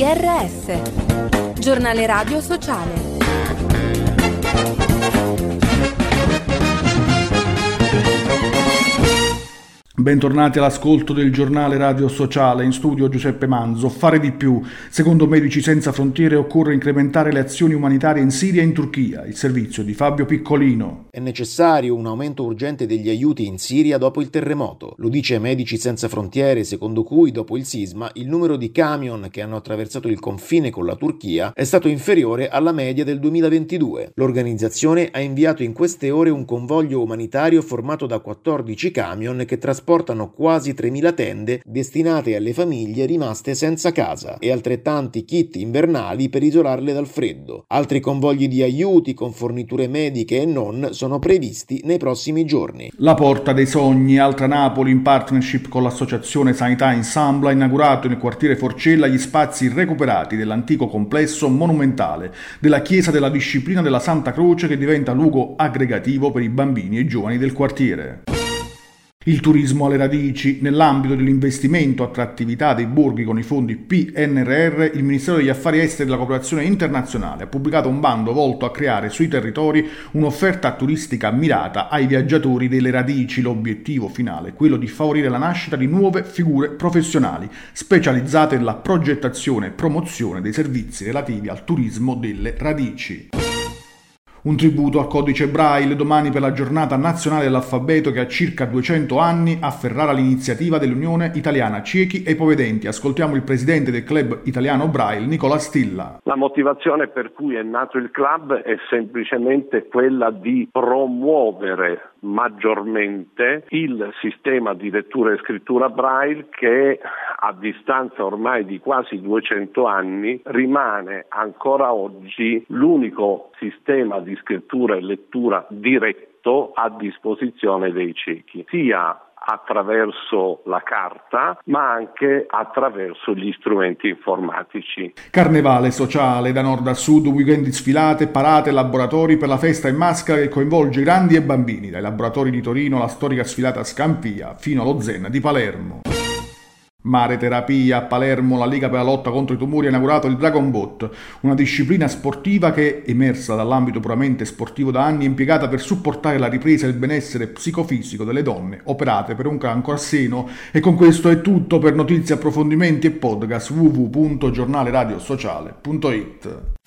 GRS, Giornale Radio Sociale. Bentornati all'ascolto del giornale Radio Sociale, in studio Giuseppe Manzo. Fare di più. Secondo Medici Senza Frontiere occorre incrementare le azioni umanitarie in Siria e in Turchia. Il servizio di Fabio Piccolino. È necessario un aumento urgente degli aiuti in Siria dopo il terremoto. Lo dice Medici Senza Frontiere, secondo cui dopo il sisma il numero di camion che hanno attraversato il confine con la Turchia è stato inferiore alla media del 2022. L'organizzazione ha inviato in queste ore un convoglio umanitario formato da 14 camion che trasportano quasi 3.000 tende destinate alle famiglie rimaste senza casa e altrettanti kit invernali per isolarle dal freddo. Altri convogli di aiuti con forniture mediche e non sono previsti nei prossimi giorni. La Porta dei Sogni, altra Napoli, in partnership con l'associazione Sanità Ensemble, ha inaugurato nel quartiere Forcella gli spazi recuperati dell'antico complesso monumentale della Chiesa della Disciplina della Santa Croce, che diventa luogo aggregativo per i bambini e i giovani del quartiere. Il turismo alle radici. Nell'ambito dell'investimento attrattività dei borghi con i fondi PNRR, il Ministero degli Affari Esteri e della Cooperazione Internazionale ha pubblicato un bando volto a creare sui territori un'offerta turistica mirata ai viaggiatori delle radici. L'obiettivo finale è quello di favorire la nascita di nuove figure professionali specializzate nella progettazione e promozione dei servizi relativi al turismo delle radici. Un tributo al codice Braille domani per la giornata nazionale dell'alfabeto, che ha circa 200 anni afferrerà l'iniziativa dell'Unione Italiana Ciechi e Ipovedenti. Ascoltiamo il presidente del club italiano Braille, Nicola Stilla. La motivazione per cui è nato il club è semplicemente quella di promuovere maggiormente il sistema di lettura e scrittura Braille, che a distanza ormai di quasi 200 anni rimane ancora oggi l'unico sistema di scrittura e lettura diretto a disposizione dei ciechi, sia attraverso la carta ma anche attraverso gli strumenti informatici. Carnevale sociale da nord a sud, weekend di sfilate, parate e laboratori per la festa in maschera che coinvolge grandi e bambini, dai laboratori di Torino alla storica sfilata a Scampia fino allo Zen di Palermo. Mare terapia a Palermo, la Lega per la lotta contro i tumori ha inaugurato il Dragon Boat, una disciplina sportiva che, emersa dall'ambito puramente sportivo da anni, è impiegata per supportare la ripresa e il benessere psicofisico delle donne operate per un cancro al seno. E con questo è tutto. Per notizie, approfondimenti e podcast www.giornaleradiosociale.it.